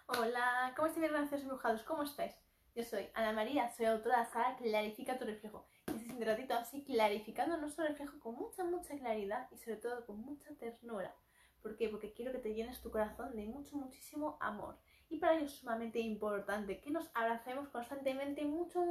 Hola, ¿cómo estáis mis renacidos embrujados? ¿Cómo estáis? Yo soy Ana María, soy autora de la saga Clarifica tu reflejo. Y este siguiente ratito así clarificando nuestro reflejo con mucha claridad y sobre todo con mucha ternura. ¿Por qué? Porque quiero que te llenes tu corazón de muchísimo amor. Y para ello es sumamente importante que nos abracemos constantemente mucho.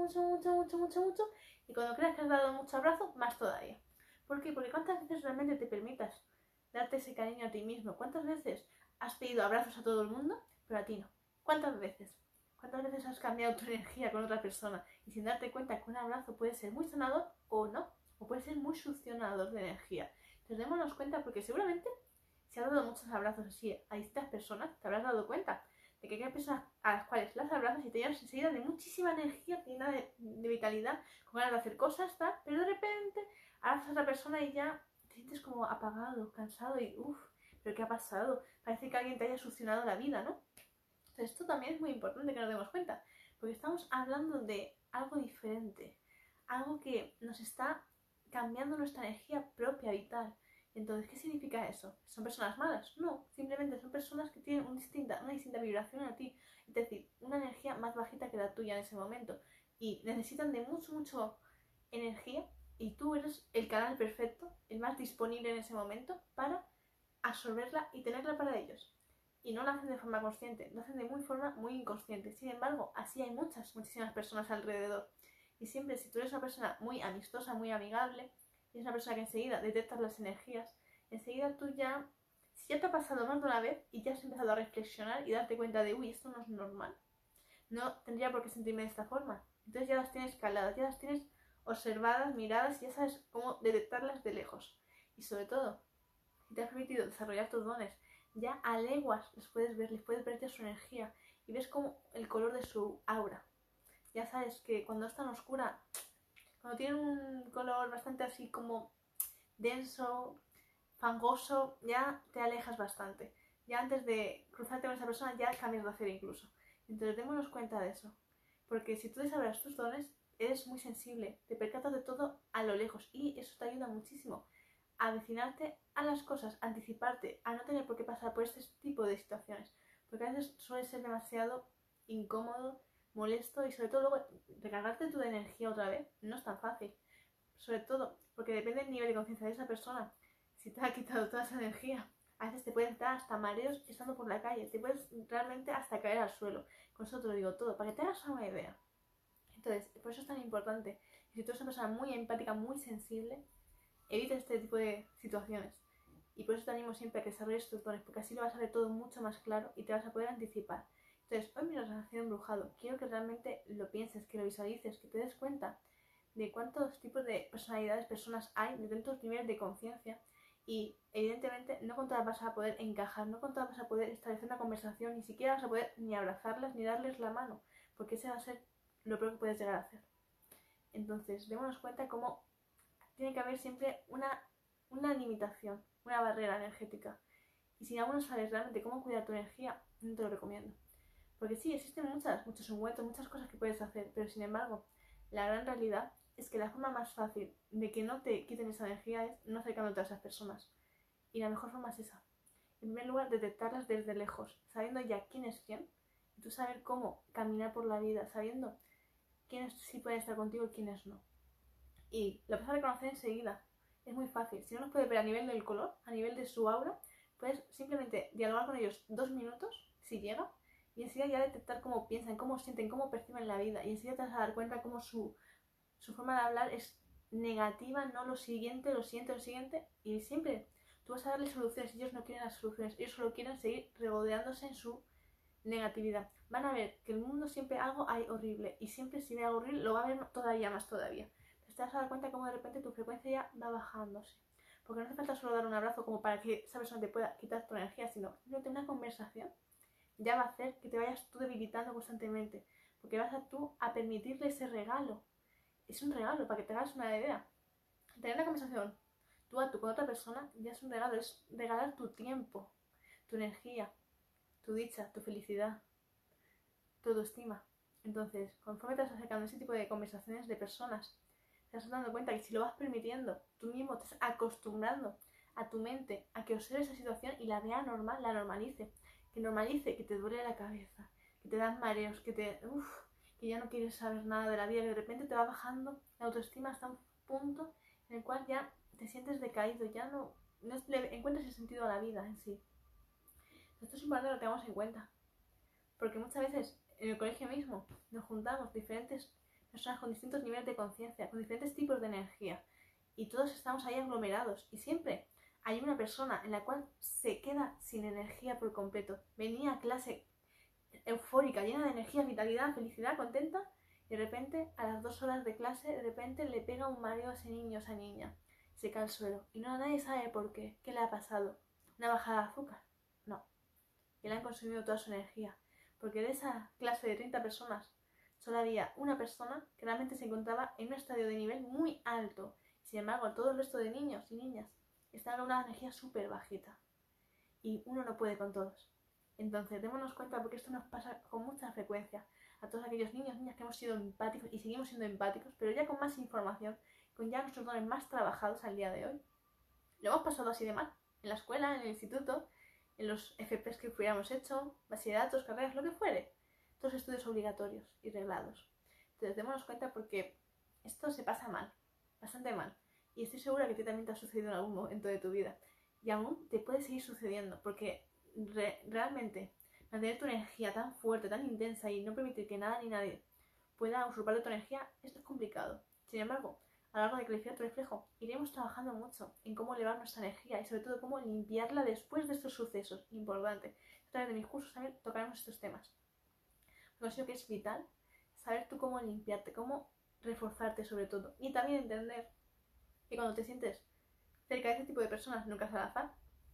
Y cuando creas que has dado mucho abrazo, más todavía. ¿Por qué? Porque ¿cuántas veces realmente te permitas darte ese cariño a ti mismo? ¿Cuántas veces has pedido abrazos a todo el mundo, pero a ti no? ¿Cuántas veces? ¿Cuántas veces has cambiado tu energía con otra persona y sin darte cuenta que un abrazo puede ser muy sanador o no? O puede ser muy succionador de energía. Entonces démonos cuenta porque seguramente si has dado muchos abrazos así a distintas personas, te habrás dado cuenta de que hay personas a las cuales las abrazas y te llenas enseguida de muchísima energía, llena de vitalidad, con ganas de hacer cosas, tal, pero de repente abrazas a otra persona y ya te sientes como apagado, cansado y uff, ¿pero qué ha pasado? Parece que alguien te haya succionado la vida, ¿no? Entonces, esto también es muy importante que nos demos cuenta, porque estamos hablando de algo diferente, algo que nos está cambiando nuestra energía propia, vital. Entonces, ¿qué significa eso? ¿Son personas malas? No, simplemente son personas que tienen una distinta vibración a ti, es decir, una energía más bajita que la tuya en ese momento, y necesitan de mucho energía, y tú eres el canal perfecto, el más disponible en ese momento para absorberla y tenerla para ellos. Y no lo hacen de forma consciente, lo hacen de forma muy inconsciente. Sin embargo, así hay muchísimas personas alrededor. Y siempre, si tú eres una persona muy amistosa, muy amigable, y es una persona que enseguida detectas las energías, enseguida tú ya, si ya te ha pasado más de una vez y ya has empezado a reflexionar y darte cuenta de, uy, esto no es normal, no tendría por qué sentirme de esta forma. Entonces ya las tienes caladas, ya las tienes observadas, miradas y ya sabes cómo detectarlas de lejos. Y sobre todo, si te has permitido desarrollar tus dones, ya a leguas les puedes ver ya su energía y ves como el color de su aura. Ya sabes que cuando es tan oscura, cuando tiene un color bastante así como denso, fangoso, ya te alejas bastante. Ya antes de cruzarte con esa persona ya cambias de hacer incluso. Entonces démonos cuenta de eso. Porque si tú desarrollas tus dones, eres muy sensible, te percatas de todo a lo lejos y eso te ayuda muchísimo a avecinarte a las cosas, a anticiparte, a no tener por qué pasar por este tipo de situaciones. Porque a veces suele ser demasiado incómodo, molesto y sobre todo luego recargarte tu energía otra vez no es tan fácil. Sobre todo porque depende del nivel de conciencia de esa persona. Si te ha quitado toda esa energía, a veces te puedes dar hasta mareos estando por la calle, te puedes realmente hasta caer al suelo. Con eso te lo digo todo, para que te hagas una idea. Entonces, por eso es tan importante. Si tú eres una persona muy empática, muy sensible, evita este tipo de situaciones. Y por eso te animo siempre a que desarrolles tus dones, porque así lo vas a ver todo mucho más claro y te vas a poder anticipar. Entonces, hoy mi relación embrujado, quiero que realmente lo pienses, que lo visualices, que te des cuenta de cuántos tipos de personalidades, personas hay, de tantos niveles de conciencia. Y evidentemente no con todas vas a poder encajar, no con todas vas a poder establecer una conversación, ni siquiera vas a poder ni abrazarlas ni darles la mano, porque ese va a ser lo peor que puedes llegar a hacer. Entonces, démonos cuenta cómo tiene que haber siempre una limitación, una barrera energética. Y si aún no sabes realmente cómo cuidar tu energía, no te lo recomiendo. Porque sí, existen muchos ungüentos, muchas cosas que puedes hacer, pero sin embargo, la gran realidad es que la forma más fácil de que no te quiten esa energía es no acercándote a esas personas. Y la mejor forma es esa. En primer lugar, detectarlas desde lejos, sabiendo ya quién es quién, y tú saber cómo caminar por la vida, sabiendo quiénes sí pueden estar contigo y quiénes no. Y lo vas a reconocer enseguida. Es muy fácil. Si no los puedes ver a nivel del color, a nivel de su aura, puedes simplemente dialogar con ellos 2 minutos, si llega, y enseguida ya detectar cómo piensan, cómo sienten, cómo perciben la vida. Y enseguida te vas a dar cuenta cómo su forma de hablar es negativa, no lo siguiente, lo siguiente. Y siempre tú vas a darle soluciones. Ellos no quieren las soluciones, ellos solo quieren seguir regodeándose en su negatividad. Van a ver que el mundo siempre algo hay horrible. Y siempre si ve algo horrible, lo va a ver todavía más todavía. Te vas a dar cuenta cómo de repente tu frecuencia ya va bajándose. Porque no hace falta solo dar un abrazo como para que esa persona te pueda quitar tu energía, sino simplemente una conversación ya va a hacer que te vayas tú debilitando constantemente. Porque vas a tú a permitirle ese regalo. Es un regalo, para que te hagas una idea. Tener una conversación tú a tú con otra persona ya es un regalo, es regalar tu tiempo, tu energía, tu dicha, tu felicidad, tu autoestima. Entonces, conforme te vas acercando a ese tipo de conversaciones de personas, te vas dando cuenta que si lo vas permitiendo, tú mismo te estás acostumbrando a tu mente a que observe esa situación y la vea normal, la normalice. que normalice que te duele la cabeza, que te dan mareos, que ya no quieres saber nada de la vida, que de repente te va bajando la autoestima hasta un punto en el cual ya te sientes decaído, ya no le encuentras el sentido a la vida en sí. Esto es importante que lo tengamos en cuenta, porque muchas veces en el colegio mismo nos juntamos diferentes personas con distintos niveles de conciencia, con diferentes tipos de energía, y todos estamos ahí aglomerados, y siempre hay una persona en la cual se queda sin energía por completo. Venía a clase eufórica, llena de energía, vitalidad, felicidad, contenta, y de repente, a las 2 horas de clase, de repente le pega un mareo a ese niño, a esa niña, se cae al suelo, y nadie sabe por qué, qué le ha pasado, una bajada de azúcar, no, que le han consumido toda su energía, porque de esa clase de 30 personas, solo había una persona que realmente se encontraba en un estadio de nivel muy alto. Sin embargo, todo el resto de niños y niñas estaban en una energía súper bajita. Y uno no puede con todos. Entonces, démonos cuenta, porque esto nos pasa con mucha frecuencia a todos aquellos niños y niñas que hemos sido empáticos y seguimos siendo empáticos, pero ya con más información, con ya nuestros dones más trabajados al día de hoy. Lo hemos pasado así de mal, en la escuela, en el instituto, en los FPs que hubiéramos hecho, bachilleratos, carreras, lo que fuere. Todos estudios obligatorios y reglados. Entonces, démonos cuenta porque esto se pasa mal, bastante mal. Y estoy segura que a ti también te ha sucedido en algún momento de tu vida. Y aún te puede seguir sucediendo, porque realmente mantener tu energía tan fuerte, tan intensa y no permitir que nada ni nadie pueda usurpar de tu energía, esto es complicado. Sin embargo, a lo largo de Clarifica tu reflejo, iremos trabajando mucho en cómo elevar nuestra energía y sobre todo cómo limpiarla después de estos sucesos. Importante. A través de mis cursos también tocaremos estos temas. Considero que es vital saber tú cómo limpiarte, cómo reforzarte sobre todo. Y también entender que cuando te sientes cerca de este tipo de personas nunca es al azar.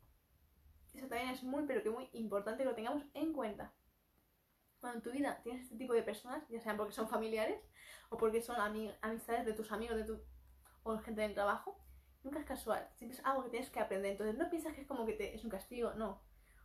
Eso también es muy, pero que muy importante que lo tengamos en cuenta. Cuando en tu vida tienes este tipo de personas, ya sean porque son familiares o porque son amistades de tus amigos o gente del trabajo, nunca es casual, siempre es algo que tienes que aprender. Entonces no piensas que es como que es un castigo, no.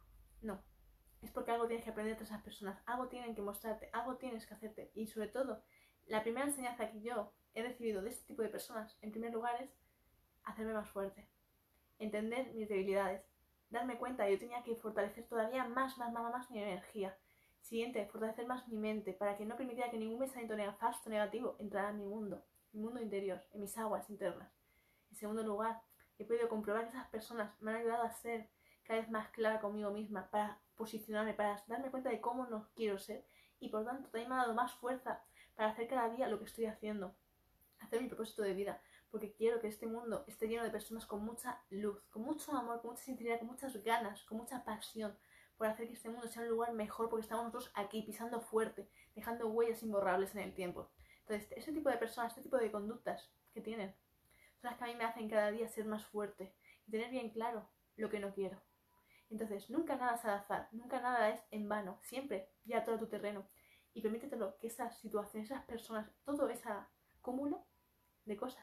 Es porque algo tienes que aprender de esas personas, algo tienen que mostrarte, algo tienes que hacerte. Y sobre todo, la primera enseñanza que yo he recibido de este tipo de personas, en primer lugar, es hacerme más fuerte, entender mis debilidades, darme cuenta que yo tenía que fortalecer todavía más mi energía. Siguiente, fortalecer más mi mente para que no permitiera que ningún pensamiento nefasto, negativo, entrara en mi mundo interior, en mis aguas internas. En segundo lugar, he podido comprobar que esas personas me han ayudado a ser cada vez más clara conmigo misma, para posicionarme, para darme cuenta de cómo no quiero ser, y por tanto también me ha dado más fuerza para hacer cada día lo que estoy haciendo, hacer mi propósito de vida, porque quiero que este mundo esté lleno de personas con mucha luz, con mucho amor, con mucha sinceridad, con muchas ganas, con mucha pasión por hacer que este mundo sea un lugar mejor, porque estamos nosotros aquí pisando fuerte, dejando huellas imborrables en el tiempo. Entonces, ese tipo de personas, este tipo de conductas que tienen, son las que a mí me hacen cada día ser más fuerte y tener bien claro lo que no quiero. Entonces, nunca nada es al azar, nunca nada es en vano, siempre ya todo tu terreno. Y permítetelo que esas situaciones, esas personas, todo ese cúmulo de cosas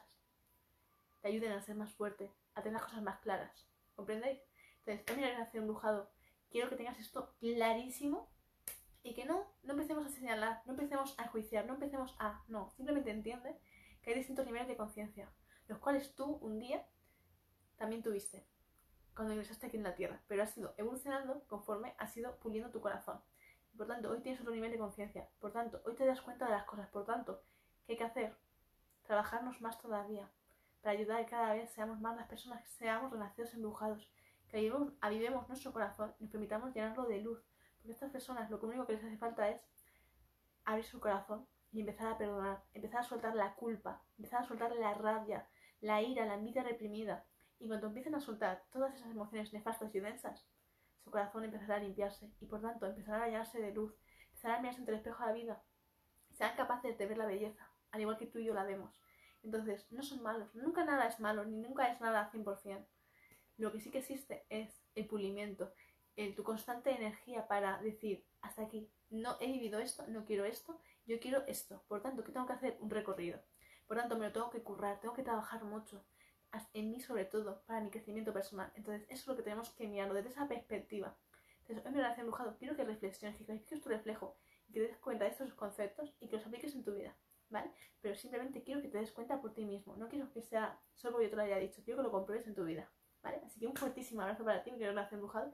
te ayuden a ser más fuerte, a tener las cosas más claras. ¿Comprendéis? Entonces, en mi relación embrujado, quiero que tengas esto clarísimo y que no empecemos a señalar, no empecemos a enjuiciar, no, simplemente entiende que hay distintos niveles de conciencia, los cuales tú un día también tuviste cuando ingresaste aquí en la Tierra, pero has ido evolucionando conforme has ido puliendo tu corazón. Por tanto, hoy tienes otro nivel de conciencia. Por tanto, hoy te das cuenta de las cosas. Por tanto, ¿qué hay que hacer? Trabajarnos más todavía, para ayudar a que cada vez seamos más las personas que seamos renacidos embrujados, que avivemos nuestro corazón y nos permitamos llenarlo de luz. Porque a estas personas lo único que les hace falta es abrir su corazón y empezar a perdonar, empezar a soltar la culpa, empezar a soltar la rabia, la ira, la envidia reprimida. Y cuando empiecen a soltar todas esas emociones nefastas y densas, su corazón empezará a limpiarse y por tanto empezará a llenarse de luz, empezará a mirarse ante el espejo de la vida, serán capaces de ver la belleza, al igual que tú y yo la vemos. Entonces, no son malos, nunca nada es malo, ni nunca es nada al 100%. Lo que sí que existe es el pulimiento, tu constante energía para decir, hasta aquí, no he vivido esto, no quiero esto, yo quiero esto. Por tanto, ¿qué tengo que hacer? Un recorrido. Por tanto, me lo tengo que currar, tengo que trabajar mucho en mí sobre todo, para mi crecimiento personal. Entonces, eso es lo que tenemos que mirarlo desde esa perspectiva. Entonces, hoy me relación embrujado, quiero que reflexiones, que clarifiques tu reflejo y que te des cuenta de estos conceptos y que los apliques en tu vida, ¿vale? Pero simplemente quiero que te des cuenta por ti mismo, no quiero que sea solo yo te lo haya dicho, quiero que lo compruebes en tu vida, ¿vale? Así que un fuertísimo abrazo para ti, mi querido relación embrujado.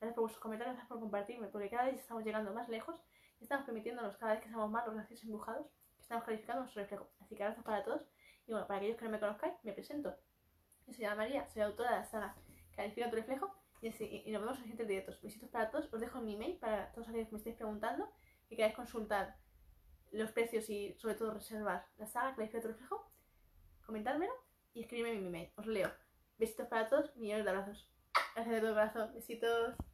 Gracias por vuestros comentarios, gracias por compartirme, porque cada vez estamos llegando más lejos y estamos permitiéndonos cada vez que seamos más los graciosos embrujados, que estamos calificando nuestro reflejo. Así que gracias para todos. Y bueno, para aquellos que no me conozcáis, me presento. Yo soy Ana María, soy autora de la saga Califica tu reflejo y nos vemos en los siguientes directos. Besitos para todos, os dejo mi email para todos aquellos que me estéis preguntando y queráis consultar los precios y sobre todo reservar la saga Califica tu reflejo. Comentármelo y escribirme en mi email, os leo. Besitos para todos, millones de abrazos. Gracias de todo corazón, besitos.